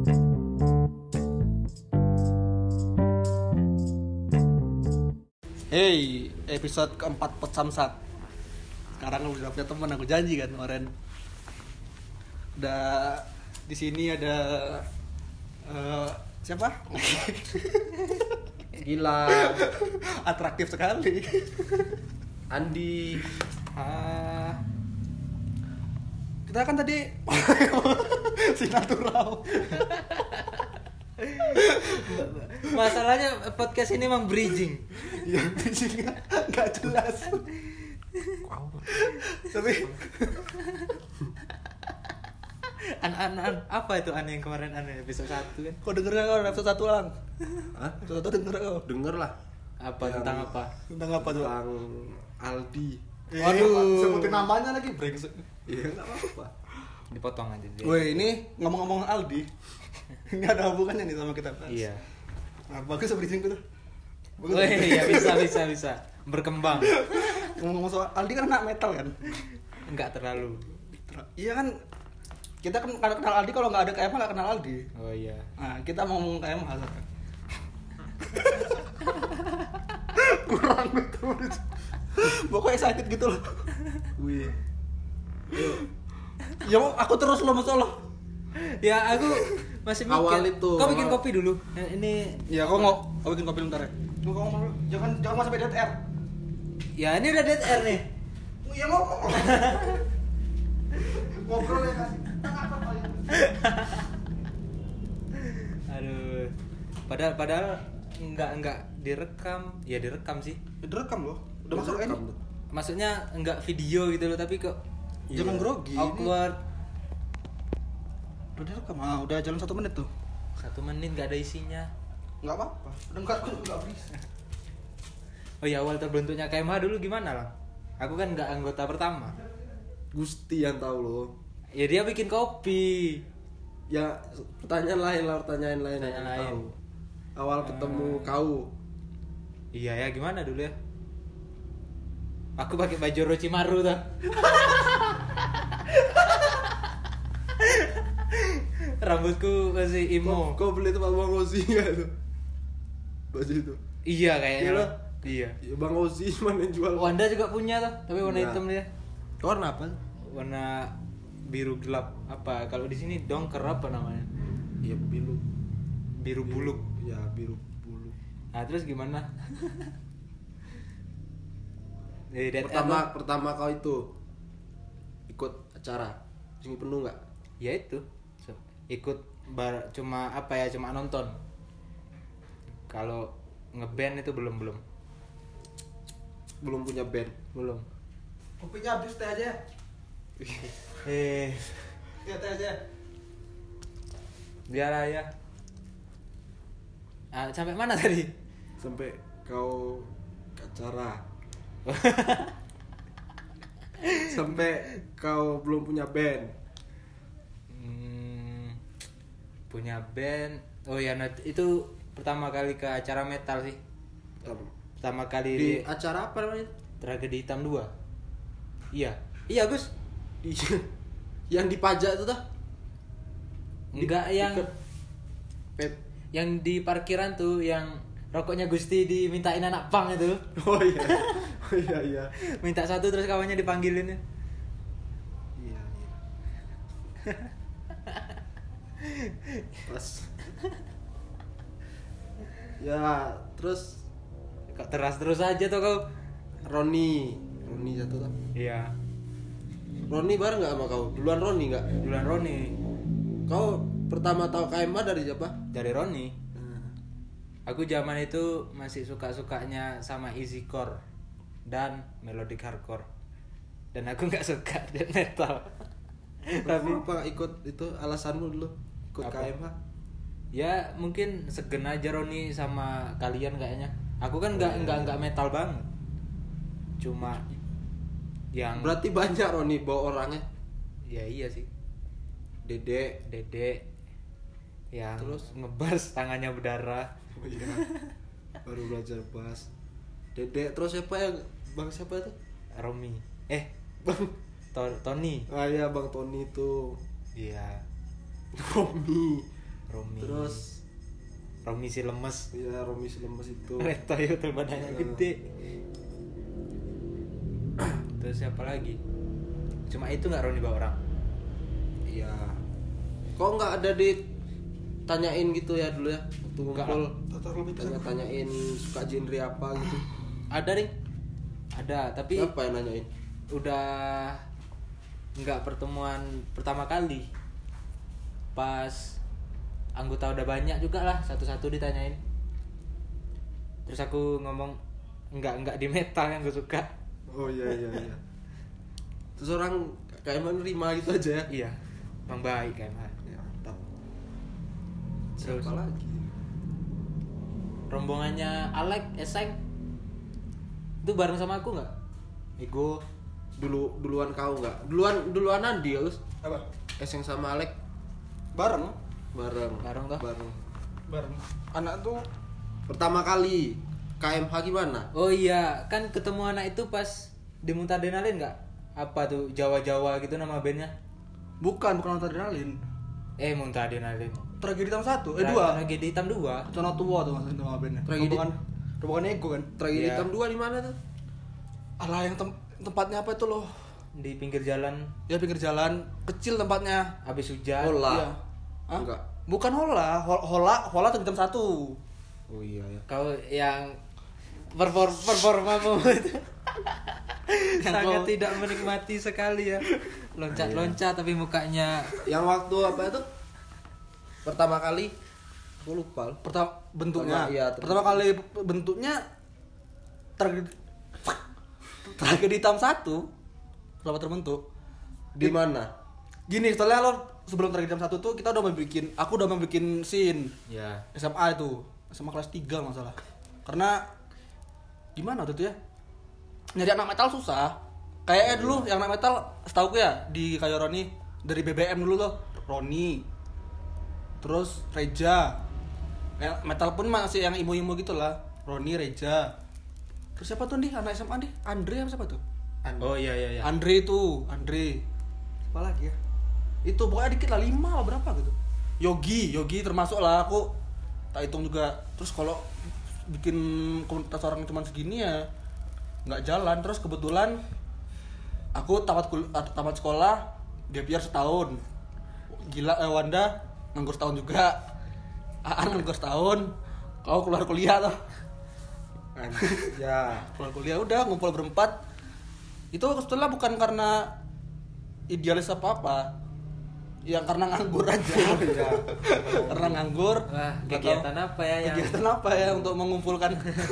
Hey, episode keempat Pot Samsak. Sekarang udah punya teman, aku janji kan kemarin. Udah di sini ada siapa? Gila. Atraktif sekali. Andi. Kita kan tadi sinatural. Masalahnya podcast ini emang bridging. Ya, bridgingnya nggak jelas. Tapi An apa itu yang kemarin episode 1 kan? kau denger nggak kau episode 1 lang? Hah? Episode 1 denger kau? Denger lah. Apa Yang tentang apa? Tentang apa tuh? Tentang Aldi. Waduh, sebutin namanya lagi brengsek. Iya enggak apa-apa. Dipotong aja deh. Woi, ini ngomong-ngomong Aldi. Ini ada hubungannya nih sama kita. Iya. Nah, bagus bridging tuh. Woi, ya bisa. Berkembang. Ngomong-ngomong soal Aldi kan anak metal kan? Enggak terlalu. Iya kan, kita kan kenal Aldi, kalau nggak ada KMH nggak kenal Aldi. Oh iya. Nah, kita mau ngomong KMH sekarang. Kurang betul. Pokoknya excited gitu loh. Wih. Ya mau aku terus loh masalah. Ya aku masih mikir. Awal itu. Kau bikin kopi dulu. Ini Ya kau bikin kopi bentar ya. Kau ngomong dulu. Jangan sampai dead air. ya ini udah dead air nih. Ya ngomong. Ngobrol ya kasih. Aduh. Padahal enggak direkam. Ya direkam sih. Direkam loh. Udah masuk ini. Maksudnya enggak video gitu loh, tapi kok Jangan grogi. awkward. Udah direkam. Udah jalan 1 menit tuh. 1 menit enggak ada isinya. Enggak apa-apa. Udah enggak berisik. Oh ya, awal terbentuknya KMH dulu gimana lah? Aku kan nggak anggota pertama. Gusti yang tahu loh. Ya dia bikin kopi. Ya pertanyaan lain lah. Pertanyaan yang lain. tahu. Awal ketemu kau. Iya ya, gimana dulu ya? Aku pakai baju Orochimaru tuh. Rambutku masih imo. Kau beli tempat Bang Ozi enggak tuh? Baju itu. Iya kayaknya. Iya lah. Iya. Ya Bang Ozi mana yang jual? Wanda juga punya tuh, tapi warna Iya. hitam dia. Warna apa? Warna biru gelap. Apa kalau di sini dongker apa namanya? Ya biru. Biru buluk. Ya biru bulu. Nah, terus gimana? Dari dead Pertama kau itu ikut acara sini penuh nggak? ya itu ikut cuma nonton. Kalau ngeband itu belum Belum punya band. belum. Kopinya habis, teh aja. Ya teh aja. Biar ya. Sampai mana tadi? Sampai kau ke acara. Sampai kau belum punya band. Punya band. Oh ya, itu pertama kali ke acara metal sih. Pertama kali Di acara apa namanya? Tragedi Hitam 2. Iya Gus. Yang dipajak itu tuh? Enggak yang Pet. yang di parkiran tuh, yang rokoknya Gusti dimintain anak pang itu. Oh iya. Minta satu terus kawannya dipanggilin. Iya. Pas. Ya, terus Kok terus aja tuh kau. Roni satu tuh. Iya. Roni bareng nggak sama kau? Duluan Roni nggak? Duluan Roni. Kau pertama tahu KMA dari siapa? Dari Roni. Aku zaman itu masih suka-sukanya sama easycore dan melodic hardcore. Dan aku nggak suka death metal. Tapi apa ikut itu alasanmu dulu ikut Apa? KMA? Ya mungkin segen aja Roni sama kalian kayaknya. Aku kan nggak metal banget. Cuma yang Berarti banyak Roni bawa orangnya. ya iya sih. Dede. Yang Terus? ngebas tangannya berdarah. Oh iya. Baru belajar bass. Dede terus siapa yang Bang siapa tuh? Romi. Bang Tony. iya Bang Tony tuh. Iya. Romi. Romi. Terus Romi si lemes. ya Romi si lemes itu. Reto itu badannya gede. Terus siapa lagi? Cuma itu nggak Roni bawa orang? Iya. Kok nggak ada ditanyain gitu ya dulu ya waktu ngumpul? Tanya-tanyain suka genre apa gitu. Ada nih. Ada, tapi Siapa yang nanyain? udah nggak pertemuan pertama kali. Pas anggota udah banyak juga lah, satu-satu ditanyain. Terus aku ngomong enggak di metal yang gue suka. Oh iya. Terus orang kayak menerima gitu aja ya? Iya, emang baik kan. Ya, mantap. Terus Siapa lagi? rombongannya Alek, Eseng itu bareng sama aku nggak? Ego duluan kau nggak? Duluan Andi ya Gus? Apa? Eseng sama Alek Bareng. Bareng toh? Bareng. Anak tuh Pertama kali KMH gimana? Oh iya, kan ketemu anak itu pas di Muntadrenalin nggak? Apa tuh Jawa-Jawa gitu nama bandnya? bukan adrenalin. Muntadrenalin. Tragedi hitam 1, 2. Tragedi hitam 2. Sono tua tuh maksudnya nama bandnya. Tragedi- Rombongan ego kan. Tragedi Iya. hitam 2 di mana tuh? Alah yang tempatnya apa itu loh? Di pinggir jalan Ya pinggir jalan, kecil tempatnya. habis hujan. Hola. Iya. Hah? Enggak. Bukan Hola tuh hitam 1. Oh iya ya. Kau yang performamu itu sangat kau- tidak menikmati sekali ya. Loncat-loncat tapi mukanya Yang waktu apa itu? Pertama kali aku lupa. Bentuknya. Iya, Pertama kali bentuknya tragedi hitam 1 selama terbentuk. Di mana? Gini, setelah lo sebelum tragedi hitam 1 tuh aku udah mau bikin scene ya. SMA itu, SMA kelas 3 masalah. Karena gimana waktu itu ya? Nyari anak metal susah. Kayaknya dulu yang anak metal setahu ya di kayak Roni dari BBM dulu tuh, Roni. Terus Reja. Metal pun masih yang imo-imo gitu lah. Roni, Reja. Terus siapa tuh nih anak SMA nih? Andre apa siapa tuh? Oh iya. Andre. Siapa lagi ya? Itu pokoknya dikit lah, 5 lah berapa gitu. Yogi termasuk lah, aku tak hitung juga. Terus kalau bikin komunitas orang cuma segini ya nggak jalan. Terus kebetulan aku tamat sekolah, gap year setahun. Gila, Wanda nganggur setahun juga. Aan nganggur setahun. Kau keluar kuliah tuh. Ya. Keluar kuliah udah ngumpul berempat. Itu setelah bukan karena idealis apa-apa. Ya karena nganggur aja. Iya. Karena nganggur. Wah, Nggak kegiatan tahu apa ya yang kegiatan apa ya untuk mengumpulkan.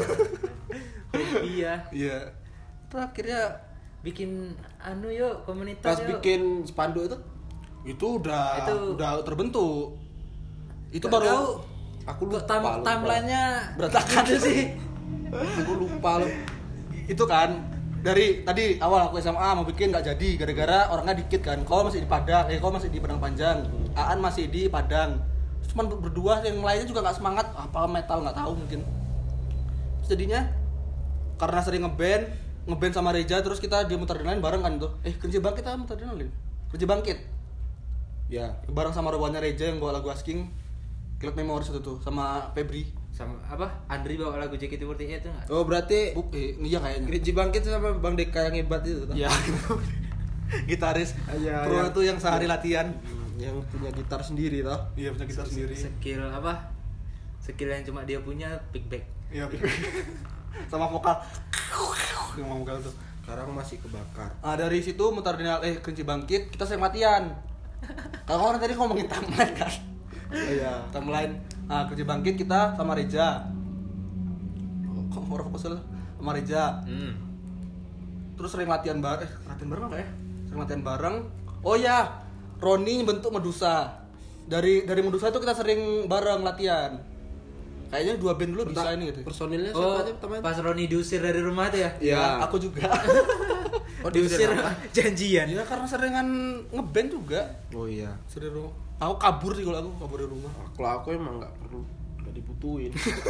iya. Iya. Terus akhirnya Bikin yuk komunitas Pas yuk. bikin spanduk itu udah terbentuk. Itu Nggak baru tahu. aku Kok lupa. timeline-nya berantakan gitu sih. Aku lupa loh. itu kan dari tadi awal aku SMA mau bikin nggak jadi gara-gara orangnya dikit kan. Kau masih di Padang, kau masih di Padang Panjang, Aan masih di Padang. Cuman berdua, yang lainnya juga nggak semangat, apa metal nggak tahu mungkin. Terus jadinya karena sering ngeband sama Reja, terus kita di Muntadrenalin bareng kan tuh. Kerja bangkit kita Muntadrenalin. Kerja bangkit. Ya. Bareng sama rombongannya Reja yang bawa lagu Asking. Club Memories itu tuh sama Febri. Sama apa? Andri bawa lagu JKT48 itu enggak? Oh berarti Iya kayaknya. Gereja Bangkit sama Bang Deka yang hebat itu. Iya. Gitaris Iya, pro iya. itu yang sehari latihan. Yang punya gitar sendiri toh. Iya, punya gitar sendiri. Skill apa? Skill yang cuma dia punya pickback. Iya. Sama vokal. Yang vokal tuh. Sekarang masih kebakar. Dari situ Muntadrenalin Kelinci Bangkit kita sering latihan. Kalau orang tadi ngomongin timeline kan. Iya. Timeline. Kelinci Bangkit kita sama Reja. Kok mau fokus lah sama Reja. Terus sering latihan bareng. Latihan bareng apa ya? Sering latihan bareng. Oh ya, Roni bentuk Medusa. Dari Medusa itu kita sering bareng latihan. Kayaknya 2 band dulu bisa ini gitu. Personilnya Oh, siapa aja teman? pas Roni diusir dari rumah tuh ya? Iya. Aku juga. Oh Diusir janjian. Ya karena seringan ngeband juga. Oh iya. Sering rumah. Aku kabur sih kalau aku kabur dari rumah. Kalau aku emang nggak perlu, nggak dibutuhin.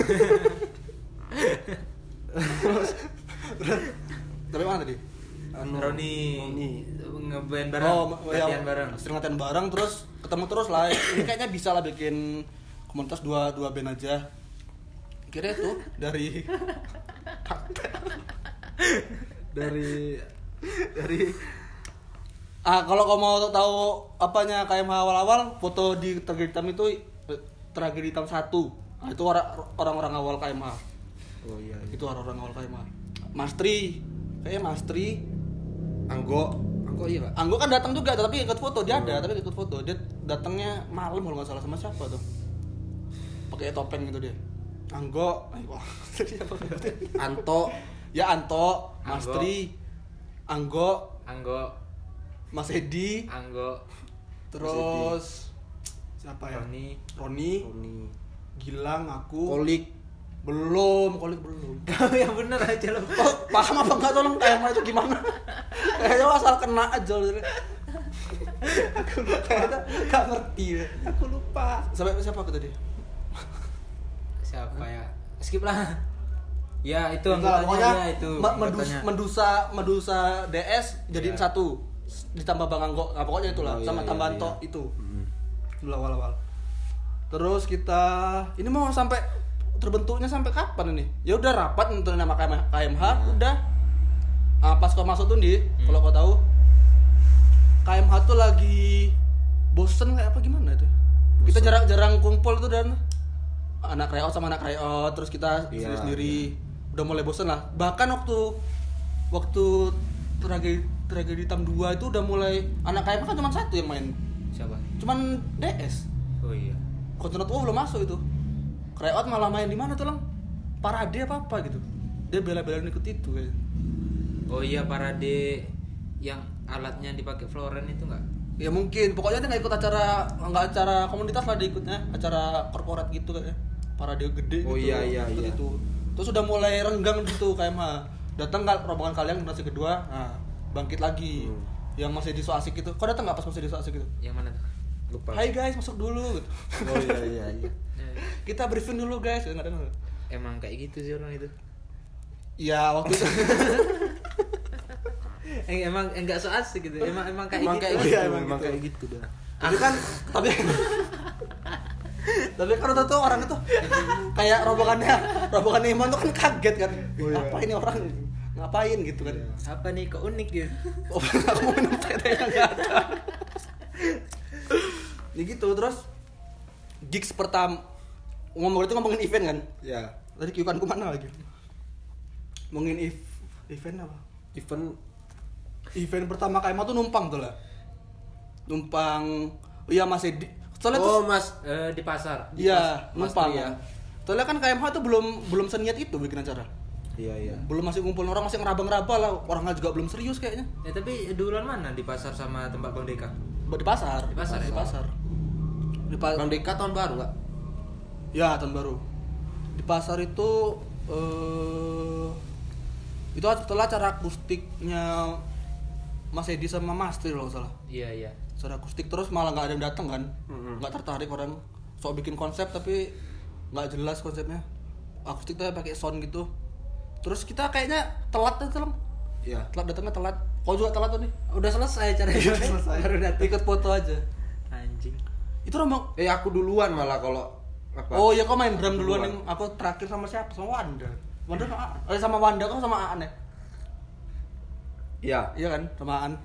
Tapi mana tadi? Roni ngeband bareng, Oh, latihan ya, bareng. Sering latihan bareng terus ketemu terus lah. Ini kayaknya bisa lah bikin komunitas dua band aja. Kira itu dari kalau kau mau tahu apanya KMH awal-awal, foto di Tragedi Hitam itu Tragedi Hitam 1. Nah, itu orang-orang awal KMH. Oh iya. Itu orang-orang awal KMH. Mastri, kayaknya Mastri, Anggo iya Kak. Anggo kan datang juga tapi ikut foto, dia ada tapi ikut foto. Dia datangnya malam kalau enggak salah, sama siapa tuh? Pakai topeng gitu dia. Anggo, Anto, Mastri, Anggo, Mas Edi, terus siapa ya? Roni, Gilang, aku. Kolik belum. Kau yang bener aja lo. Oh, paham apa enggak tolong KMH itu gimana? Kayaknya asal kena aja loh. Aku lupa. Enggak ngerti. Aku lupa. Sampai siapa aku tadi? Siapa ya? Skip lah. Ya itu Enggak, anggotanya ya itu. Medusa DS jadiin satu. Ditambah Bang Anggo. Nah, pokoknya itulah sama tambahan Tok itu. Dulu awal-awal. Terus kita ini mau sampai terbentuknya sampai kapan ini? Ya udah rapat nentuin nama KMH, udah. Nah, pas kau masuk tuh kalau kau tahu KMH tuh lagi bosen kayak apa gimana itu? Kita jarang kumpul tuh dan anak tryout sama anak tryout, terus kita sendiri udah mulai bosen lah. Bahkan waktu Tragedi Hitam 2 itu udah mulai anak KMH kan cuma satu yang main. Siapa? Cuman DS. Oh iya. Kontinent belum masuk itu. Tryout malah main di mana tuh Lang? Parade apa gitu. Dia bela-belain ikut itu kayaknya. Oh iya, parade yang alatnya dipakai Floren itu enggak? Ya mungkin, pokoknya dia nggak ikut acara komunitas lah, dia ikutnya acara korporat gitu kayaknya. Parade gede gitu. Oh iya. Itu. Terus udah mulai renggang gitu KMH. Datang rombongan kalian generasi kedua, nah, bangkit lagi. Yang masih di so asik gitu. Kau datang nggak pas masih di so asik gitu? Yang mana tuh? Lupa. Hai guys, masuk dulu gitu. Oh iya. Kita briefing dulu guys, enggak ada. Emang kayak gitu sih orang itu. Ya waktu itu emang enggak so asik gitu. Emang kayak Emang gitu. emang kayak gitu dah. tapi kan kan waktu itu orang itu kayak rombongan Iman tuh kan kaget kan. Apa ini orang ngapain gitu kan. Apa nih kok unik gitu. Oh, aku mau minum teh yang enggak ada. Ini gitu terus gigs pertama ngomongin event kan. Ya. Tadi kiukanku mana lagi? Ngomongin event apa? Event pertama KMH tuh numpang tuh lah. Iya Mas Edi. Di pasar. Iya, numpang ya. Soalnya kan KMH tuh belum seniat itu bikin acara. Iya. Belum, masih ngumpulin orang, masih ngeraba-ngeraba lah. Orangnya juga belum serius kayaknya. Ya tapi duluan mana di pasar sama tempat Bang Deka? Di pasar. Di pasar. Bang Deka tahun baru enggak? Ya, tahun baru. Di pasar itu setelah acara akustiknya Mas Edi sama Mas Tri kalau salah. Iya. Secara akustik terus malah nggak ada yang datang kan. Nggak tertarik orang. Sok bikin konsep tapi nggak jelas konsepnya. Akustik tuh pakai sound gitu. Terus kita kayaknya telat tuh Lang. Iya. Datangnya telat. Kau juga telat tuh nih. Udah selesai acaranya. Baru datang. Ikut foto aja. Anjing. Itu rombong. Aku duluan malah kalau apa? Oh iya, kau main drum duluan. Yang aku terakhir sama siapa? Sama Wanda. Sama Wanda kau sama Aan ya? Iya kan, sama Aan.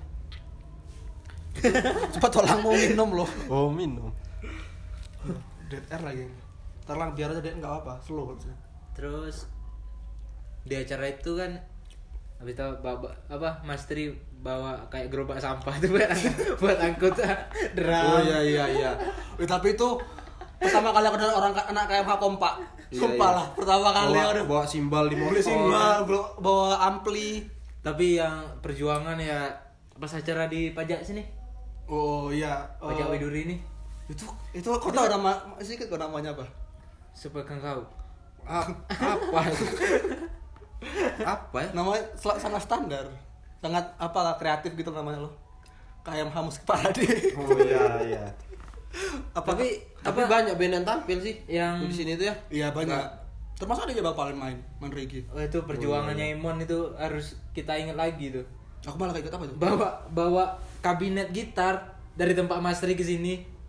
Cepat tolong mau minum loh. Oh, minum. Dead air lagi. Ntar lang biar aja enggak apa-apa, slow. Terus di acara itu kan habis itu Mas Tri bawa kayak gerobak sampah itu buat angkut drum. Oh iya. Tapi itu pertama kali aku dengar orang anak KMH kompak. Sumpah lah, pertama kali aku bawa simbal di mobil. Bawa ampli. Tapi yang perjuangan ya pas acara di pajak sini. Oh iya, Pajak Widuri ini. Itu kau tahu sedikit kau namanya apa? Sepekan kau. Apa itu? Apa ya? Namanya sangat standar. Sangat apalah kreatif gitu namanya loh. KMH Musik Parade. Oh iya. Tapi banyak band yang tampil sih yang di sini tuh ya. Iya banyak. Termasuk ada juga bakalan main reggae. Oh itu perjuangannya Imon itu harus kita ingat lagi tuh. Aku malah ikut apa tuh? Bawa kabinet gitar dari tempat Mas Tri ke sini.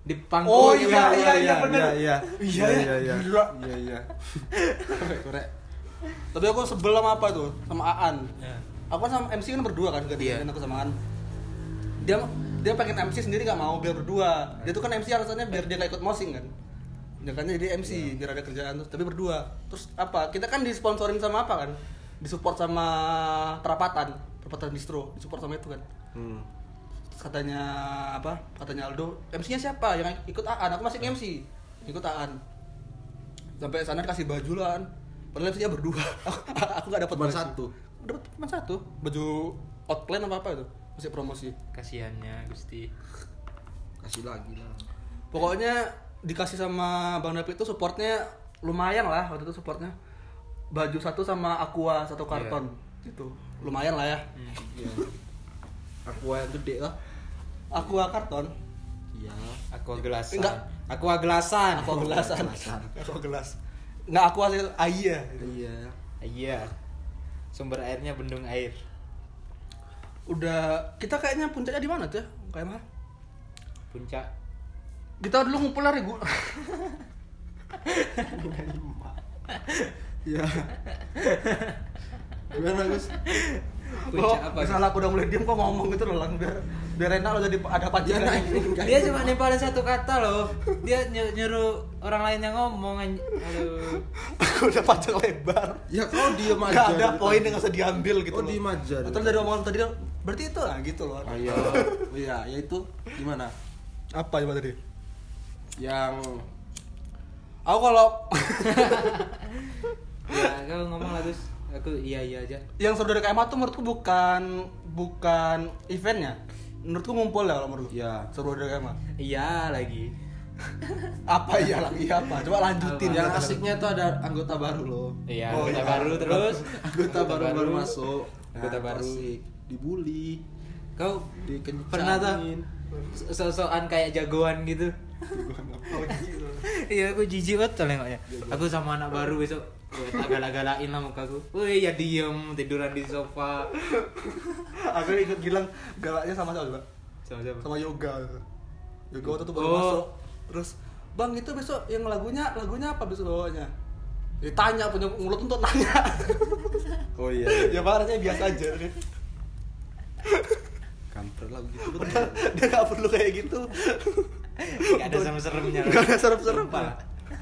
di pangku. Oh iya benar. Iya. Gila. Iya. Korek. Tapi aku sebel sama apa tuh? Sama Aan. Ya. Aku kan sama MC kan berdua kan, Iya. gantian aku sama Aan. Dia pengen MC sendiri nggak mau biar berdua. Dia tuh kan MC alasannya biar dia nggak ikut mosing kan. Jangannya jadi MC biar ada kerjaan terus, tapi berdua. Terus apa? Kita kan disponsorin sama apa kan? Disupport sama Perapatan Distro, disupport sama itu kan. Terus katanya apa? Katanya Aldo, MC-nya siapa? Yang ikut Aan. Aku masih MC. Ikut Aan. Sampai sana kasih baju lah kan. Padahal MC-nya berdua. Aku nggak dapat Cuma baju. satu. Dapat cuma satu. Baju outline apa itu? Masih promosi. Kasihannya Gusti. Kasih lagi lah. Pokoknya dikasih sama Bang David itu supportnya lumayan lah waktu itu supportnya. Baju satu sama Aqua satu karton gitu. Lumayan lah ya. Iya. Aku yang gede lah. Aqua karton. Iya. Aqua gelasan. Enggak. Aqua gelasan. Aqua gelasan. Aqua gelas. Enggak Aqua sih, Aya. Iya. Iya. Sumber airnya bendung air. Udah kita kayaknya puncaknya di mana tuh? Kayak mana? Puncak. Kita dulu ngumpul lah Regu. Iya. Gimana Gus? Puncak apa? Misalnya aku udah mulai diem kok ngomong gitu loh Lang, biar enak lo jadi ada pancingan. Dia cuma nempelin satu kata loh. Dia nyuruh orang lain yang ngomong. Aduh. Aku udah panjang lebar. Ya kau diem aja. Gak ada dari poin tadi. yang nggak usah diambil gitu. Oh, diem aja. Atau dari omongan tadi berarti itu lah gitu loh. Oh iya. Iya, ya itu gimana? Apa coba tadi? Yang Aku kalau Ya, kau ngomong lah terus. Aku iya aja. yang seru dari KMA tuh menurutku bukan eventnya. Menurutku ngumpul ya kalau menurutku. ya Seru dari KMA. Iya lagi. Apa iya lagi apa? Coba lanjutin. yang asiknya tuh ada anggota baru loh. Iya, Oh, anggota iya. baru terus. Anggota baru masuk. Anggota Nah, baru. asik. Dibully, Kau dikencangin. pernah tuh sok-sokan kayak jagoan gitu. Oh, gitu. Iya, aku jijik banget soalnya nengoknya. Aku sama anak baru besok gue galak-galakin lah mukaku. Wih, ya diem tiduran di sofa. Aku ikut Gilang galaknya sama siapa coba? Sama-sama. Sama Yoga. Yoga waktu itu baru Oh. masuk. Terus, "Bang, itu besok yang lagunya apa besok bawanya?" Ditanya punya mulut untuk nanya. Oh iya. Ya bahannya biasa aja. Kampret lah gitu. Dia nggak perlu kayak gitu. Gak ada serem-seremnya. Nggak ada serem-serem. Sumpah.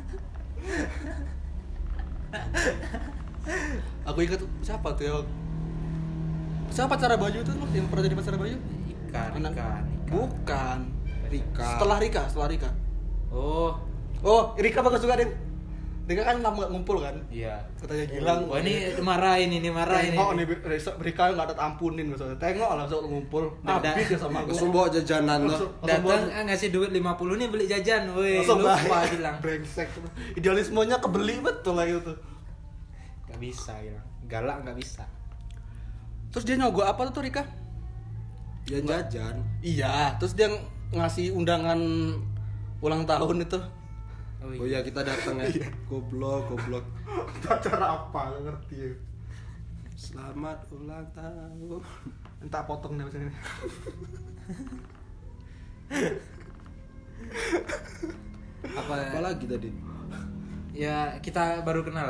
Aku ingat siapa tuh ya? Siapa pacara Bayu tuh yang pernah jadi pacara Bayu? Ika. Bukan. Rika. Setelah Rika. Oh, Rika bagus juga, Den. Rika kan lama nggak ngumpul kan? iya. Katanya Gilang. Wah, ini marahin. Tengok nih Rika nggak ada ampunin misalnya. Tengok lah besok ngumpul. Habis ya sama aku. Langsung bawa jajanan tuh. Datang ngasih duit 50 nih beli jajan. Woi, Langsung lupa bayar. bilang. Brengsek. Idealismenya kebeli betul lah itu. Gak bisa bilang. Galak gak bisa. Terus dia nyogok apa tuh Rika? Ya jajan. Iya, terus dia ngasih undangan ulang tahun itu. Oh iya kita datang ya. Goblok. Acara apa? Gak ngerti ya. Selamat ulang tahun. Entah potong deh misalnya. Apa lagi tadi? Ya kita baru kenal.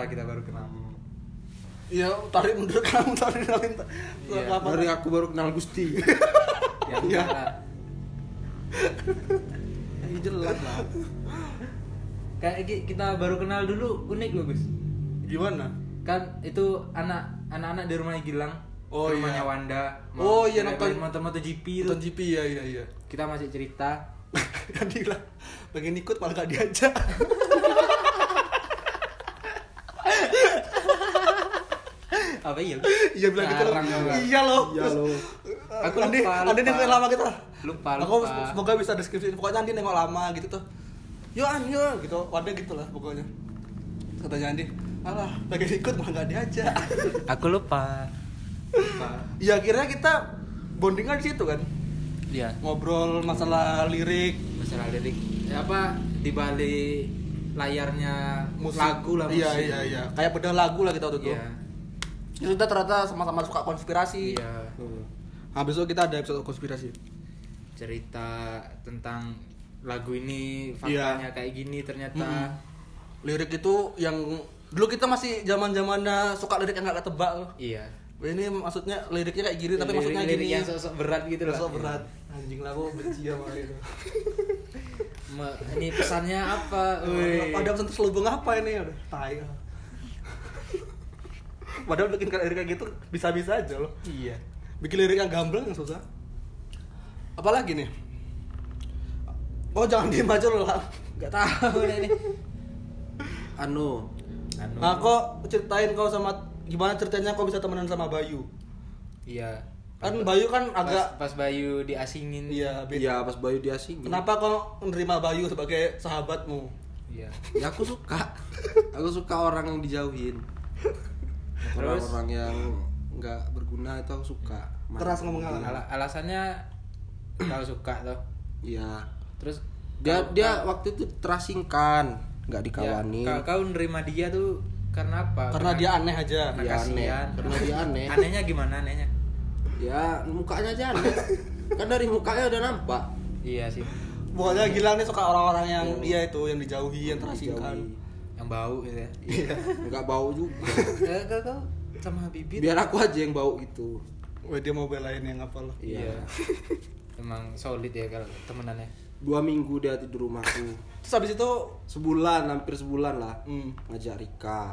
Iya, tarik mundur kamu tarik nalin. Iya. Dari aku baru kenal Gusti. Yang Iya. Ini jelas lah. Kayak kita baru kenal dulu unik loh Gus. Gimana? Kan itu anak-anak di rumahnya Gilang. Oh, rumahnya iya. Wanda. Oh, iya, nonton MotoGP itu. Nonton GP iya. Kita masih cerita. Kan dia bilang pengen ikut malah gak diajak. Apa iya? Iya bilang gitu loh. Ngarang juga. Iya loh. Iya lo. Aku Andi lupa. nengok lama kita. Lupa. Aku semoga bisa deskripsi. Pokoknya Andi nengok lama gitu tuh. Yo gitu. Wadah gitu lah pokoknya. Katanya Andi, alah pengen ikut malah gak diajak. Aku lupa. Ya akhirnya kita bondingan di situ kan. Iya. Ngobrol masalah lirik, Masalah lirik. Apa di balik layarnya musik. lagu lah musik. Iya. Kayak bedah lagu lah kita waktu itu. Iya. Itu kita ternyata sama-sama suka konspirasi. Iya. Habis itu kita ada episode konspirasi. Cerita tentang lagu ini faktanya kayak gini ternyata. Lirik itu yang dulu kita masih zaman-zamannya suka lirik yang gak ketebak loh. Iya. Ini maksudnya liriknya kayak gini tapi maksudnya Lirik gini. yang sok-sok berat gitu lah. Sok berat. Anjing lah aku benci sama itu. Ini pesannya apa? Wih. Ada pesan terselubung apa ini? Udah tai. Padahal bikin lirik kayak gitu bisa-bisa aja loh. Iya. Bikin lirik yang gamblang yang susah. Apalagi nih? Oh jangan diem aja loh lah. Gak tahu ini. Anu. Nah kok ceritain kau sama gimana ceritanya kau bisa temenan sama Bayu? Iya. Kan Bayu kan agak Pas Bayu diasingin. iya beda. Iya, pas Bayu diasingin. Kenapa kau menerima Bayu sebagai sahabatmu? Iya. Ya aku suka. Aku suka orang yang dijauhin. Terus? Orang-orang yang nggak berguna itu aku suka. Keras ngomongnya lah. Alasannya kau suka toh. Iya. Terus Dia waktu itu terasingkan, nggak dikawanin. Ya, kau nerima dia tuh karena apa? Karena dia aneh aja. Karena Dia aneh. kasihan. Karena dia aneh. Anehnya gimana anehnya? Ya mukanya aja aneh. Kan dari mukanya udah nampak. Iya sih. Pokoknya Gilang nih suka orang-orang yang dia itu yang dijauhi, yang terasingkan. Yang bau gitu ya. Iya. Nggak bau juga. Kau sama Bibit. Biar aku aja yang bau gitu. Wah dia mau belain yang apa loh? Iya. Emang solid ya kalau temenannya. 2 minggu dia tidur rumahku. Terus habis itu Hampir sebulan lah. Ngajak Rika.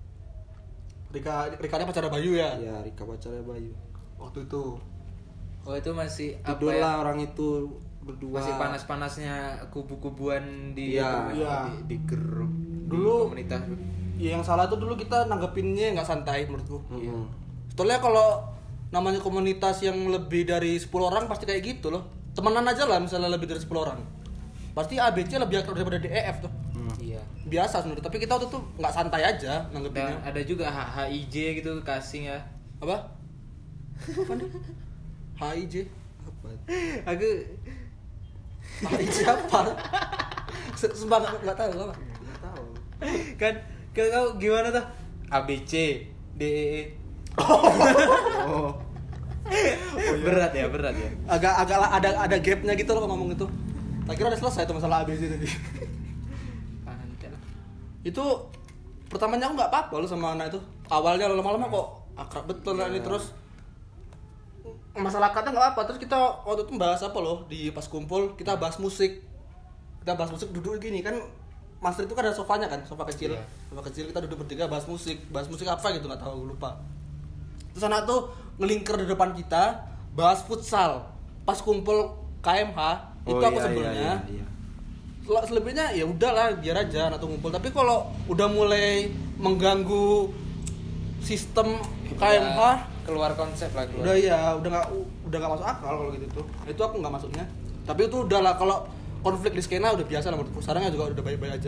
Rika pacar Bayu ya? Ya Rika pacarnya Bayu. Waktu itu. Oh itu masih Tidur apa ya? lah orang itu berdua. Masih panas-panasnya kubu-kubuan di Iya. di grup Dulu- di komunitas. Ya, yang salah tuh dulu kita nanggepinnya nggak santai menurutku. Mm-mm. Sebetulnya kalau namanya komunitas yang lebih dari 10 orang pasti kayak gitu loh. Temenan aja lah misalnya lebih dari 10 orang. Pasti ABC lebih akrab daripada DEF tuh. Iya. Biasa sebenarnya, tapi kita waktu itu nggak santai aja Dan nanggepinnya. ada juga HIJ gitu casing ya. Apa? Apa nih? HIJ. Apa? Aku HIJ apa? Sumpah nggak tahu apa. Nggak tahu. kan kau gimana tuh? ABC, DEE. Oh. Berat ya. Agak ada gapnya gitu loh kalau ngomong itu. Tak kira udah selesai tuh masalah ABC tadi. Pantai lah. Itu pertamanya aku nggak apa-apa loh sama anak itu. Awalnya lama-lama kok akrab betul lah ini terus masalah kata nggak apa. Terus kita waktu itu bahas apa loh di pas kumpul kita bahas musik. Kita bahas musik duduk gini kan. Master itu kan ada sofanya kan, sofa kecil. Iya. Sofa kecil kita duduk bertiga bahas musik apa gitu nggak tahu lupa. Terus anak tuh ngelingker di depan kita bahas futsal. Pas kumpul KMH itu Oh, aku iya, sebelumnya. iya. Selebihnya ya udahlah biar aja anak tuh ngumpul. Tapi kalau udah mulai mengganggu sistem KMH, Keluar konsep lah keluar. udah nggak masuk akal kalau gitu tuh. Itu aku nggak masuknya. Tapi itu udahlah kalau konflik di skena udah biasa lah menurutku. Sekarang juga udah baik-baik aja.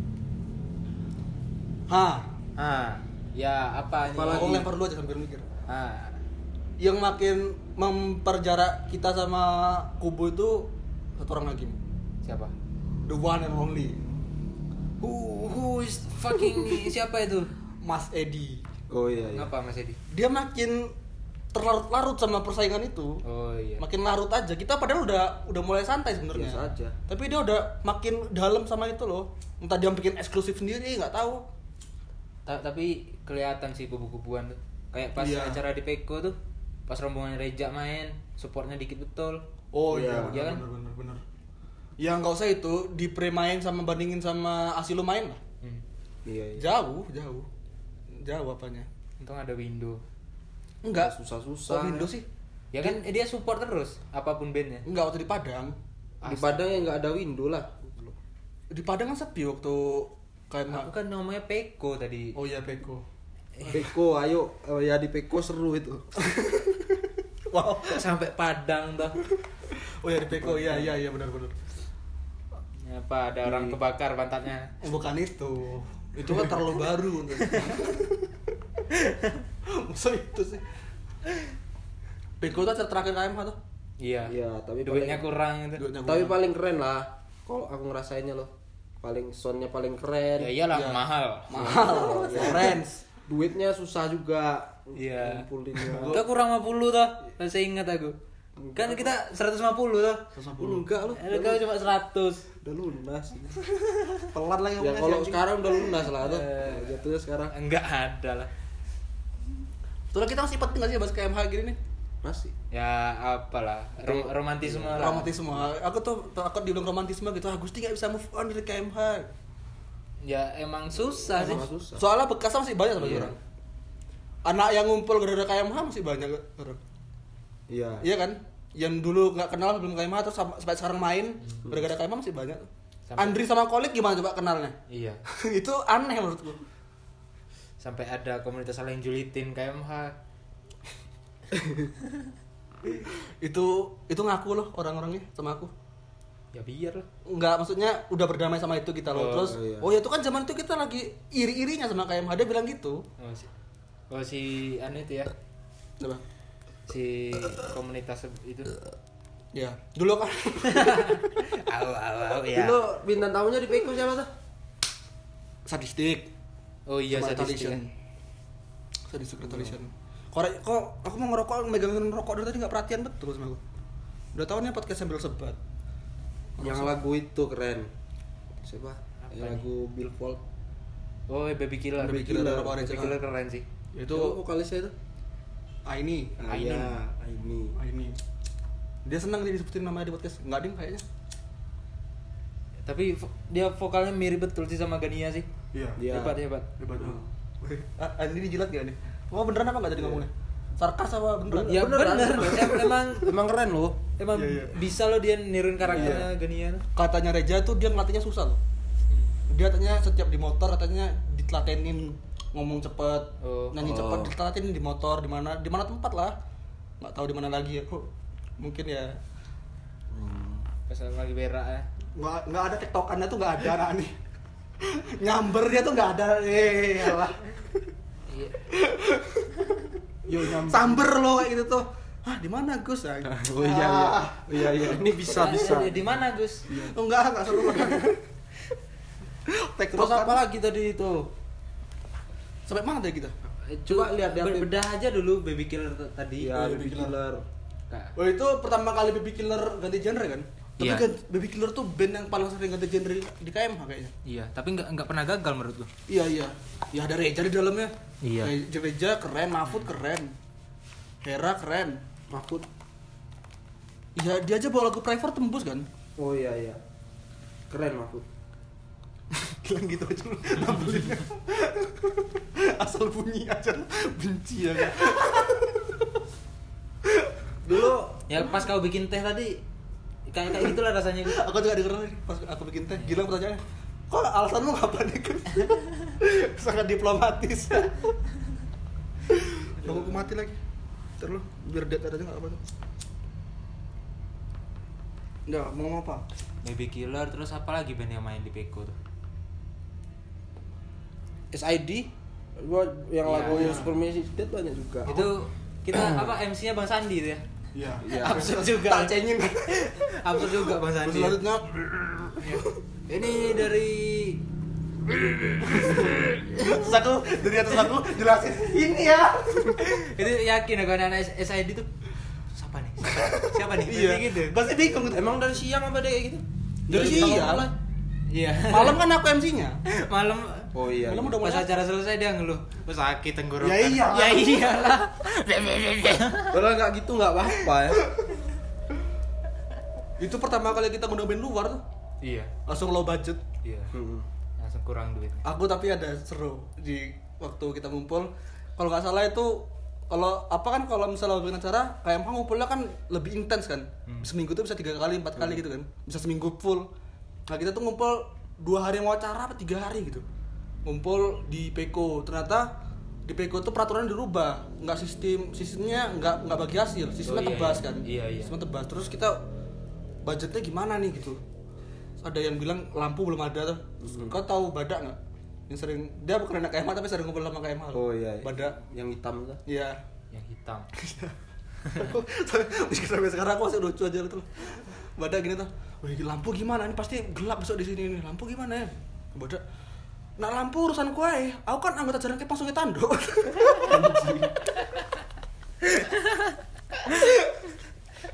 Ya apa nih? Aku lempar dulu aja sambil mikir. Ah, Yang makin memperjarak kita sama kubu itu satu orang lagi. siapa? The one and only. Who is fucking siapa itu? Mas Edi. Oh iya. Ngapa Mas Edi? Dia makin terlarut-larut sama persaingan itu. Oh iya. Makin larut aja. Kita padahal udah mulai santai sebenarnya. Biasa aja. Tapi dia udah makin dalam sama itu loh. Entah dia bikin eksklusif sendiri nggak tahu. Tapi kelihatan sih kubu-kubuan tuh. Kayak pas Iya. acara di Peko tuh, pas rombongan Reja main, supportnya dikit betul. Oh Iya, iya, iya kan? bener. Ya nggak usah itu dipremain sama bandingin sama Asilo main lah. Iya. Jauh apanya? Untung ada window. Enggak. Susah-susah. Kok Windows sih? Ya kan dia support terus apapun bandnya. Enggak waktu di Padang. Di Padang ya nggak ada window lah. Di Padang kan sepi waktu KMH. Aku kan namanya Peko tadi. Oh iya Peko. Peko, ayo ya di Peko seru itu. Wow. Sampai Padang dah. Oh ya di Peko, iya benar. Apa ada orang kebakar pantatnya? Bukan itu. Itu kan terlalu baru. Masa itu sih. Peko tuh acara terakhir KMH tuh. Iya. Iya, tapi Duitnya kurang itu. Duitnya Tapi kurang. paling keren lah. Kalau aku ngerasainnya loh. Paling soundnya paling keren. Ya iyalah Iya. mahal. mahal. Friends. Duitnya susah juga. Iya. Ngumpulinnya. Itu kurang 50 tuh. Masih ingat aku. Kan kita 150 tuh. 150. Enggak lu. Kau cuma 100. Udah lunas. Pelan lagi Ya ngomongnya kalau sih, sekarang udah lunas lah tuh. Jatuhnya sekarang Enggak ada lah. Soalnya kita masih penting gak sih bahas KMH gini nih? masih. Ya apalah, romantisme lah. Romantisme. Aku tuh takut dibilang romantisme gitu. Gusti gak bisa move on dari KMH. Ya emang susah sih. Emang susah. Soalnya bekasnya masih banyak sama Iya. orang. Anak yang ngumpul gara-gara KMH masih banyak orang. Iya. Iya kan? Yang dulu nggak kenal sebelum KMH terus sampai sekarang main gara-gara KMH masih banyak. Sampai- Andri sama Kolik gimana coba kenalnya? Iya. Itu aneh menurutku. Sampai ada komunitas saling julitin KMH. itu ngaku loh orang-orangnya sama aku. Ya biar lah. Enggak, maksudnya udah berdamai sama itu kita loh. Oh, Terus iya. oh ya itu kan zaman itu kita lagi iri-irinya sama KMH, dia bilang gitu. Si anu itu ya. Coba. Si komunitas itu. Ya, dulu kan Au ya. Dulu bintang tamunya di Peko siapa tuh? sadistik. Oh iya Sama sadistik. Retaliation. Sadistik Retaliation. Kok aku mau ngerokok, megangin rokok dari tadi nggak perhatian betul sama aku. Udah tahu nih podcast sambil sebat. Yang lagu itu keren. Siapa? Apa Yang nih? lagu Billboard. Oh Baby Killer. Baby Killer, Baby Power Killer, Ranger. keren sih. Itu Siapa vokalisnya itu? Aini. Aini. Aini. Dia senang nih disebutin namanya di podcast. Enggak ding kayaknya. Tapi dia vokalnya mirip betul sih sama Gania sih. Iya. Iya. Hebat. Hebat. Ini dijilat gak nih? Oh beneran apa enggak tadi ngomongnya? Sarkas apa beneran? Ya bener. Emang keren loh. Emang Iya, iya. bisa loh dia niruin karakternya Gania. Katanya Reja tuh dia ngelatihnya susah loh. Dia katanya setiap di motor katanya ditelatenin ngomong cepet, Oh. nyanyi cepet, ditelatenin di motor di mana tempat lah. Nggak tahu di mana lagi ya. Mungkin ya Pas lagi berak ya. nggak ada tektokannya tuh nggak ada anak nih. Nyamber dia tuh nggak ada. Alah. Iya. Yo nyamber. Samber lo kayak gitu tuh. Hah, di mana Gus? Oh iya. Ini bisa. Di mana Gus? Oh enggak seru banget. Terus apa lagi tadi itu? Sampai mana tadi kita? Coba lihat di HP. bedah aja dulu Baby Killer tadi. Iya, Baby Baby Killer. Oh itu pertama kali Baby Killer ganti genre kan? Tapi Iya. Baby Killer tuh band yang paling sering ganti genre di KMH kayaknya. Iya, tapi nggak pernah gagal menurut gua. Iya. Ya ada Reja di dalamnya. Iya. Reja keren, Mahfud keren. Hera keren. Mahfud. Iya, dia aja bawa lagu Private tembus kan? Oh iya. Keren Mahfud. Bilang gitu aja lu ngambelinnya. Asal bunyi aja benci ya kan. Dulu Ya pas kau bikin teh tadi kayak gitulah rasanya. Aku juga denger pas aku bikin teh, gila pertanyaannya. Kok alasanmu apa nih kan? Sangat diplomatis. Aku mati lagi. Ntar lu biar dead aja nggak apa tuh. Nggak mau ngomong apa? Baby Killer terus apa lagi band yang main di Peko tuh? SID gua yang Iya, lagu iya. Super Magic Dead banyak juga. Itu kita apa MC-nya Bang Sandi tuh ya? Iya. Absurd juga. Tak cengin. Absurd juga Bang Sandi. Terus selanjutnya Ini dari terus aku dari atas aku jelasin ini ya. itu yakin aku anak SID tuh siapa nih? Siapa nih? Iya. Pasti gitu. Pasti bingung. Emang dari siang apa deh kayak gitu? Dari Kita siang. mulai. Iya. Malam kan aku MC-nya. Malam. Oh iya. Malam udah Pas mulai. acara selesai dia ngeluh, "Gua sakit tenggorokan." Ya iya. Ya iyalah. Kalau nggak gitu nggak apa-apa ya. Itu pertama kali kita ngundang band luar tuh. Iya. Langsung low budget. Iya. Langsung kurang duit. Aku tapi ada seru di waktu kita ngumpul. Kalau nggak salah itu kalau misalnya bikin acara KMH ngumpulnya kan lebih intens kan. Seminggu tuh bisa 3 kali 4 kali gitu kan. Bisa seminggu full. Nah kita tuh ngumpul 2 hari mau acara apa 3 hari gitu. Ngumpul di Peko. Ternyata di Peko tuh peraturan dirubah. Nggak sistemnya nggak bagi hasil. Sistemnya Oh, iya, tebas iya. kan. Iya. Sistemnya tebas. Terus kita budgetnya gimana nih gitu. Ada yang bilang lampu belum ada tuh. Kau tahu Badak nggak? Yang sering dia bukan anak KMH tapi sering ngumpul sama KMH. Oh iya. Badak. Yang hitam tuh. Iya. Yang hitam. Aku sampai sekarang aku masih lucu aja gitu. Badak gini tuh. Wih, lampu gimana? Ini pasti gelap besok di sini nih. Lampu gimana ya? Badak. Nah lampu urusan kue. Aku kan anggota jalan kayak langsung tanduk.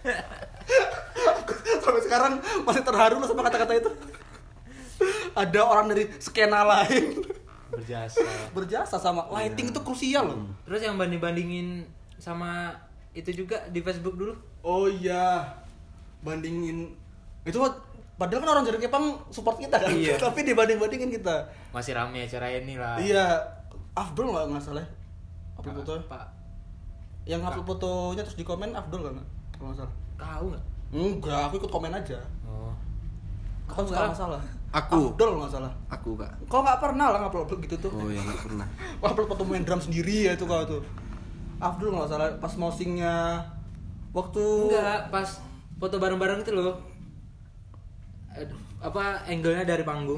Sampai sekarang masih terharu loh sama kata-kata itu. Ada orang dari skena lain berjasa sama lighting itu krusial loh. Terus yang banding-bandingin sama itu juga di Facebook dulu. Oh iya, bandingin itu padahal kan orang Jaring Kepang support kita kan, Iya. tapi dibanding-bandingin kita. Masih rame acara ini lah. Iya, Afdol nggak salah. Upload foto. Pak, Yang upload fotonya terus di komen Afdol kan? Kalau nggak salah. tahu nggak? Enggak, aku ikut komen aja. Oh. Aku kan suka nggak salah. Aku. Afdol nggak salah. Aku Kak. Kau nggak pernah lah ngupload gitu tuh. Oh ya nggak pernah. Upload foto main drum sendiri ya itu kau tuh. Afdol nggak salah pas mousingnya waktu. Enggak, pas foto bareng-bareng itu loh. Apa angle-nya dari panggung?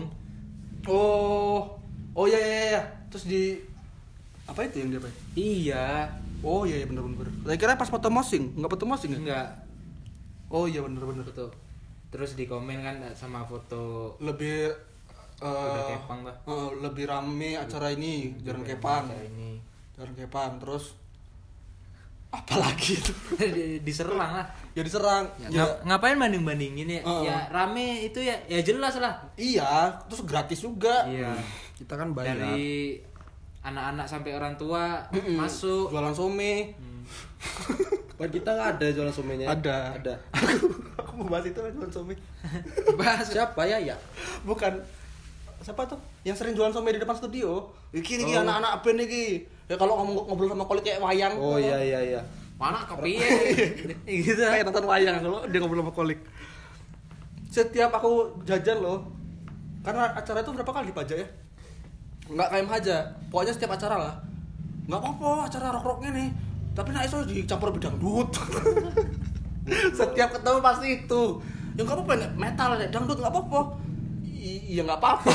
Oh iya. Terus di apa itu yang dia pakai? Iya. Oh iya bener. Saya kira pas foto mousing, nggak foto mousing ya? Enggak. Oh iya bener. Foto. Terus di komen kan sama foto Lebih udah Kepang lah. lebih rame acara ini, Jaring Kepang. Acara ini. Jaring Kepang terus apalagi itu? Diserang lah. Ya diserang. Ya, Ngapain banding-bandingin ya? Ya rame itu ya jelas lah. iya, terus gratis juga. Iya. Kita kan bayar. Dari anak-anak sampai orang tua masuk. Jualan some. Kan kita nggak ada jualan somenya. Ada. Aku mau bahas itu jualan some. Bahas siapa ya? Bukan. Siapa tuh? Yang sering jualan some di depan studio. Iki nih anak-anak band iki. Ya kalau ngobrol sama kolik kayak wayang. Oh iya. Mana kepiye? Gitu. Kayak nonton wayang kalau dia ngobrol sama kolik. Setiap aku jajan loh. Karena acara itu berapa kali pajak ya? Enggak KMH aja. Pokoknya setiap acara lah. Enggak apa-apa acara rock-rocknya nih. Tapi nah itu dicampur bidangdut. Setiap ketemu pasti itu. Ya enggak apa-apa nih, metal ya, dangdut enggak apa-apa. Iya enggak apa-apa.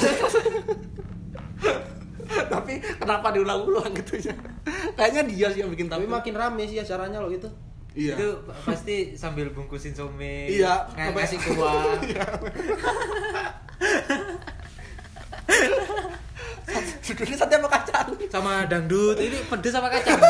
Tapi kenapa diulang-ulang gitu ya? Kayaknya dia sih yang bikin Tapi tampil. makin rame sih acaranya loh itu. Iya. Itu pasti sambil bungkusin some. Iya, Ngasih kuah. Judulnya sate sama kacang. Sama dangdut. Ini pedes sama kacang.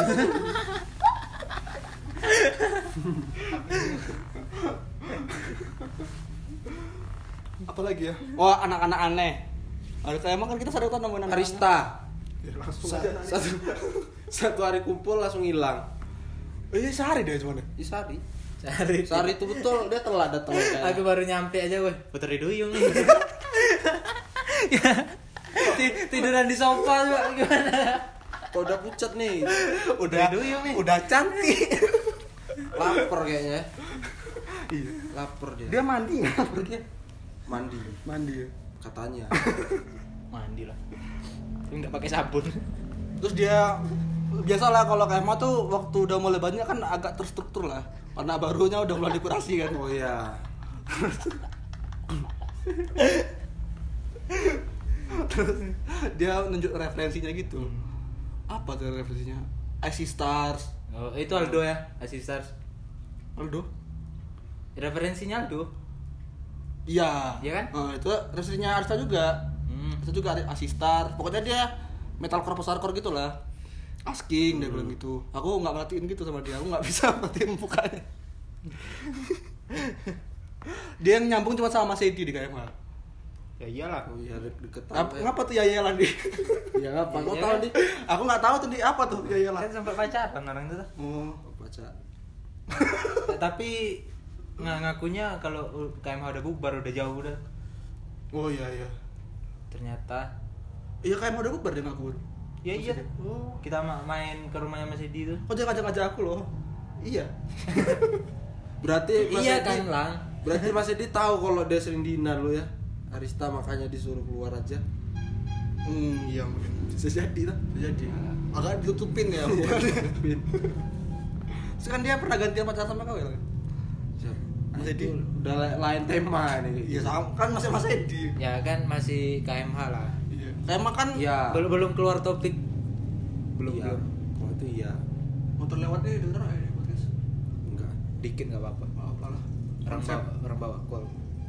Apalagi ya? Oh, anak-anak aneh. Ada kayak emang kan kita sadar kan nemuin anak Arista. Ya, langsung Sa- aja. satu hari kumpul langsung hilang. Sehari deh cuman. Di Sari. Sehari. Itu betul dia telat datang kayak. Aku baru nyampe aja, weh. Putri Duyung nih. Ya, tiduran di sofa coba gimana? Kok udah pucat nih. Udah Duyung nih. Udah cantik. Lapar kayaknya. Iya. Lapar dia. Dia mandi nggak perutnya? Mandi Ya. katanya. Mandi lah. Tapi nggak pakai sabun. Terus dia biasalah kalau KMA tuh waktu udah mulai banyak kan agak terstruktur lah. Karena barunya udah mulai dekorasi kan. Oh iya. Terus dia nunjuk referensinya gitu. Apa tuh referensinya? Icy Stars. Oh, itu Aldo ya, Asistars. Aldo? Referensinya Aldo. Iya. Iya kan? Itu referensinya Arista juga. Itu juga Icy Stars. Pokoknya dia metalcore post-hardcore gitu lah. Asking dia bilang gitu. Aku nggak merhatiin gitu sama dia. Aku nggak bisa merhatiin mukanya. Dia yang nyambung cuma sama Mas Edi di KMH. Ya iyalah. Oh iya deket Ngapa tuh yayalan di? Ya apa? Kok Iya tahu kan? nih? Aku nggak tahu tuh di apa tuh yayalan. Kan sampai pacaran orang itu tuh. Oh. Baca. Tapi ngakunya kalau KMH udah bubar udah jauh udah. Oh iya. Ternyata Iya KMH udah bubar dia ngaku. ya iya. Oh. Kita main ke rumahnya Mas Edi tuh. Oh jangan ngajak aku loh. Iya. Berarti Mas Iya Edi- kan, Lang. Berarti Mas Edi tahu kalau dia sering dihina lu ya. Arista makanya disuruh keluar aja. Iya mungkin. Bisa jadi lah. Bisa jadi. Agak ditutupin ya. Terus kan dia pernah gantian pacaran sama kau ya? Mas Edi. Itu udah lain tema nih. Iya sama kan masih Mas Edi. Ya kan masih KMH lah. Iya. KMH kan Iya. Belum keluar topik. Belum Iya. keluar. Kalau itu iya. motor lewat nih denger aja nih podcast. Enggak. Dikit enggak apa-apa. Apa lah. Orang bawa call.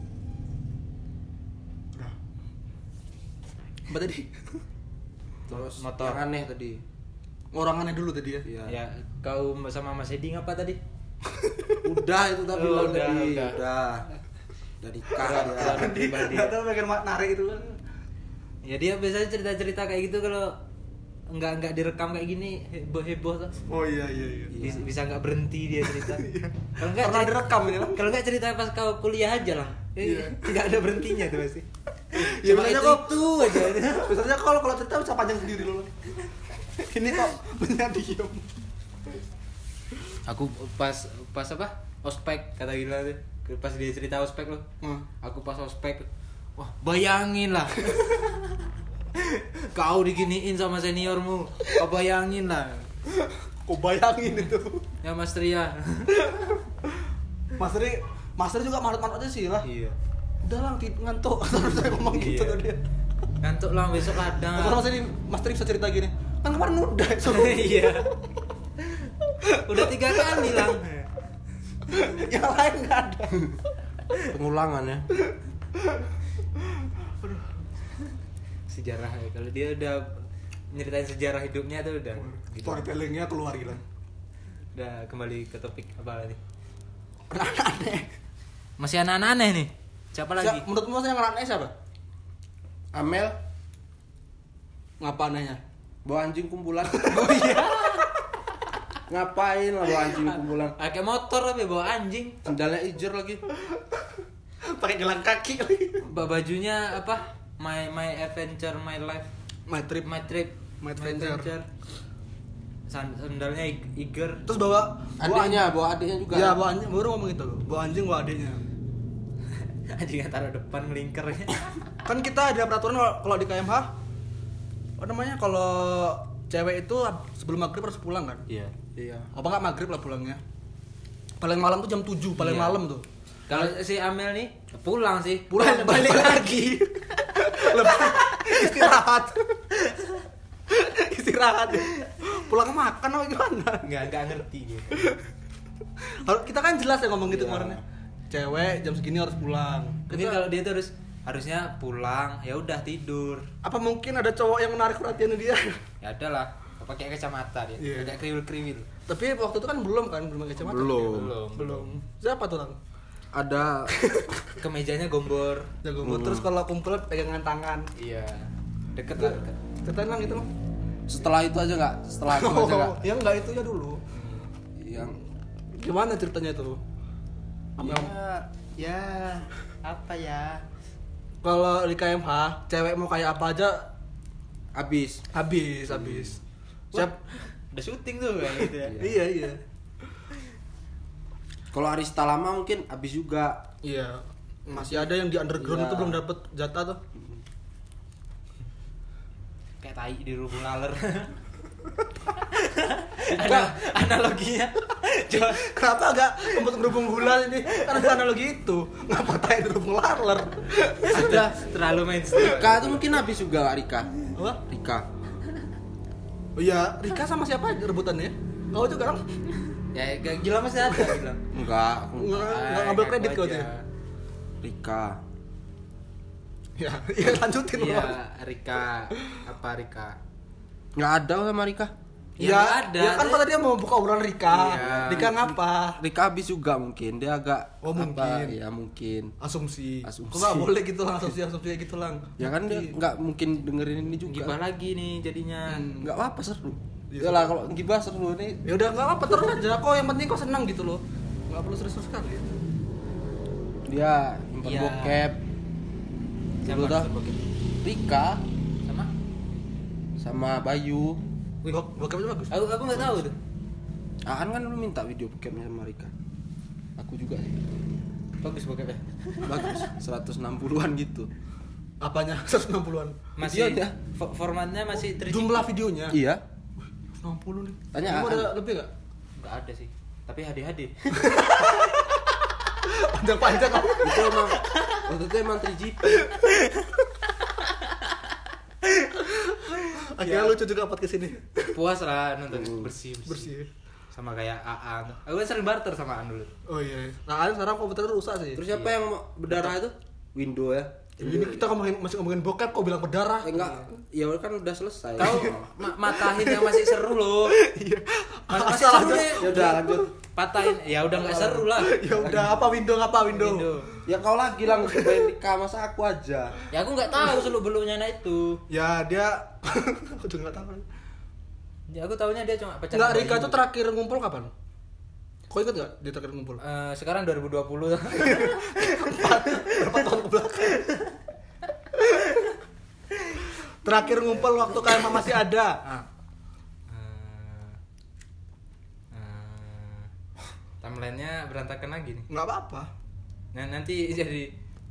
Udah. Apa tadi? Terus Motor. yang aneh tadi. Orang aneh dulu tadi ya. Iya. Ya, kau sama Mas Edi ngapa tadi? Udah itu tapi Oh, udah udah. Udah nikah dia. Pengalaman pribadi. Nggak tahu pengen narik itu kan. Ya dia biasanya cerita-cerita kayak gitu kalau nggak direkam kayak gini heboh tuh. Oh iya. Bisa nggak berhenti dia cerita. Kalau nggak Karena direkam ini lah. Kalau nggak cerita pas kau kuliah aja lah. Iya. Nggak ada berhentinya tuh pasti. Ya, Cuma biasanya itu aja. Biasanya kalau cerita bisa panjang sendiri loh. Ini kok benar diem. Aku pas apa? Ospek kata gila tuh. Pas dia cerita ospek loh. Aku pas ospek. Wah, bayangin lah. Kau diginiin sama seniormu. Kau bayangin lah. Kok bayangin itu. Ya Mas Tria. Mas Ri juga manut-manut aja sih lah. Iya. Udah lah ngantuk. Terus saya ngomong gitu Iya. tuh dia. Ngantuk lah besok Kalau ada. Mas Ri bisa cerita gini. Kan kemarin udah. Iya. Udah 3 kali lah. Yang lain nggak ada. Pengulangan ya. Sejarah ya. Kalau dia udah nyeritain sejarah hidupnya tuh udah gitu. Storytellingnya keluar gila. Udah kembali ke topik apa tadi? Aneh. Masih anak-anak aneh nih. Siapa lagi? Menurutmu yang aneh siapa? Amel Ngapa anehnya? bawa anjing kumpulan. Oh iya. Ngapain lah bawa anjing kumpulan? Pakai motor tapi bawa anjing. Sendalnya ijer lagi. Pakai gelang kaki lagi. Bajunya apa? My adventure, my life, My trip. my trip, My adventure. Sandalnya Iger. Terus bawa Bawa adiknya juga. Ya, bawa anjing, baru ngomong gitu. Bawa anjing, bawa adiknya. Anjingnya taruh depan melingkarnya. Kan kita ada peraturan kalau di KMH apa namanya, kalau cewek itu sebelum maghrib harus pulang kan? Iya. Iya. Apa nggak maghrib lah pulangnya? Paling malam tuh jam 7, paling Iya. malam tuh. Kalau si Amel nih pulang sih. Pulang balik lagi. Istirahat. Istirahat. Pulang makan apa gimana? Nggak ngerti gitu. Kita kan jelas ya ngomong gitu Iya. kemarin. Cewek jam segini harus pulang. Mungkin kalau dia tuh harusnya pulang, ya udah tidur. Apa mungkin ada cowok yang menarik perhatian dia? Ya adalah, pakai kacamata dia. Iya. Kayak kriwil-kriwil. Tapi waktu itu kan belum pakai kacamata. Belum. Siapa tuh orang? Ada Kemejanya gombor. Jago terus kalau kumpul pegangan tangan. Iya. Deket lah. Deket. Ceritain lang gitu. setelah itu aja enggak? Setelah itu aja enggak? Ya enggak itu ya dulu. Yang Gimana ceritanya tuh? Ya, apa ya? Kalau di KMH, cewek mau kayak apa aja habis. habis. Siap. Udah syuting tuh kayak gitu ya. Iya. Kalau Arista lama mungkin habis juga. Iya. Masih ada yang di underground Iya. itu belum dapet jatah tuh. Kayak tai di rubuh laler. Analoginya. Coba Kenapa agak tempat berhubung bulan ini? Kan ada analogi itu. Ngapa tayo berhubung laler? sudah terlalu mainstream. Rika itu mungkin habis juga Rika. Apa? Rika. Oh iya, Rika sama siapa rebutannya? Kau juga kan? Ya gila masih ada gila. Enggak. Nggak ngambil kredit kau tuh. Rika. Ya, iya lanjutin Iya, Bang. Rika. Apa Rika? Enggak ada sama Rika. Ya, nggak ada. Ya kan kata dia mau buka obrolan Rika. Iya. Rika ngapa? Rika habis juga mungkin. Dia agak Oh, mungkin. Ya mungkin. Asumsi. Asumsi. Kok nggak boleh gitu lah asumsi gitu lang. Ya kan dia enggak mungkin dengerin ini juga. Gibah lagi nih jadinya. Enggak apa-apa seru. Iya, Ya lah kalau gibah seru nih. Ya udah nggak apa terus aja. Kok yang penting kok senang gitu loh. Nggak perlu serius kali. Dia nyimpan Iya. bokep. Siapa Dulu dah. nonton bokep? Rika Sama? sama Bayu. Wih, Bokepnya bagus. aku nggak tahu tuh. Aan kan dulu minta video bokepnya sama Rika. Aku juga sih. Bagus bokepnya. Bagus, 160-an gitu. Apanya? 160-an. Masih Videonya. formatnya masih 3GP. Jumlah videonya. Iya. 60 nih. Tanya Kamu Aan. ada lebih nggak? Nggak ada sih. Tapi HD. Panjang-panjang apa? Itu emang waktu itu emang 3GP. Akhirnya lucu juga podcast ini. Puas lah nonton bersih. Bersih. Sama kayak Aan. Aku kan sering barter sama Aan dulu. Oh iya. Nah, sekarang komputer rusak sih. Terus siapa yang berdarah itu? Window ya. Ini kita masih ngomongin bokep kok bilang berdarah. Enggak, ya kan udah selesai. Kau matahin yang masih seru loh. Iya. Masih Asal seru aja. deh. Ya udah lanjut. patahin. Ya udah nggak seru lah. Ya udah, apa window? Window. Ya kau lagi langsung main nikah, masa aku aja. Ya aku nggak tahu seluk beluknya itu. Ya dia aku juga nggak tahu. Ya aku tahunya dia cuma pacaran. Enggak, Rika bayi. itu terakhir ngumpul kapan? Kau ingat nggak dia terakhir ngumpul? Sekarang 2020. Berapa tahun ke belakang? Terakhir ngumpul waktu KMA masih ada. Timelinenya berantakan lagi nih. Nggak apa-apa. Nah, nanti jadi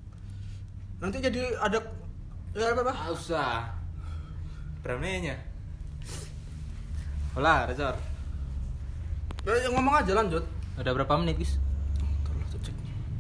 ada ya apa? usah. Beramenya. Olah, Rezor. Ya, ngomong aja lanjut. Udah berapa menit, guys? Terus cek.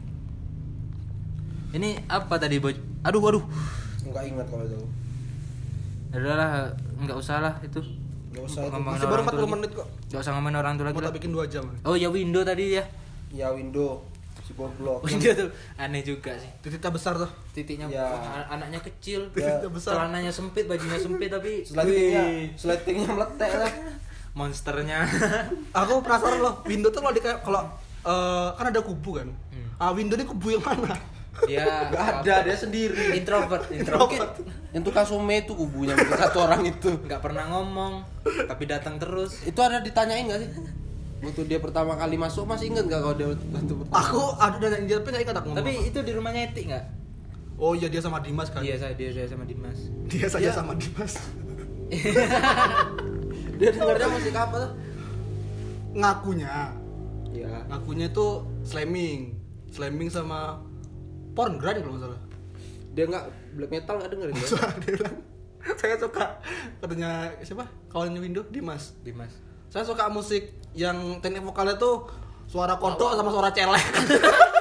Ini apa tadi, Boj? Aduh. Enggak ingat kalau itu. Udahlah, enggak usah lah itu. Enggak usah itu. Ngomongin Masih baru orang tua 40 lagi. menit kok. Enggak usah ngomongin orang tua lagi Mau lah. tak bikin 2 jam. Oh ya window tadi ya. Ya window si goblok. Window tuh aneh juga sih. Titiknya besar tuh. Titiknya Ya. anaknya kecil, Titiknya besar. celananya sempit, bajunya sempit tapi Sletingnya meletek lah. monsternya. Aku penasaran loh, window tuh kalau kan ada kubu kan. Window ini kubu yang mana? Dia Enggak ada, dia sendiri. introvert. Yang tukang some itu kubunya mungkin satu orang itu. Nggak pernah ngomong, tapi datang terus. Itu ada ditanyain enggak sih? Waktu dia pertama kali masuk masih inget enggak kalau dia bantu pertama? Aku ada dan dia tapi nggak ingat aku ngomong. Tapi itu di rumahnya Etik nggak? Oh iya, dia sama Dimas kan. Iya, dia sama Dimas. Dia saja Iya. sama Dimas. Dia dengarnya musik apa tuh? Ngakunya itu slamming sama porn grade kalau nggak salah. Dia enggak black metal enggak dengerin dia. Dia bilang, saya suka, katanya siapa kawannya Window, Dimas. Saya suka musik yang teknik vokalnya tuh suara kodok sama suara celek.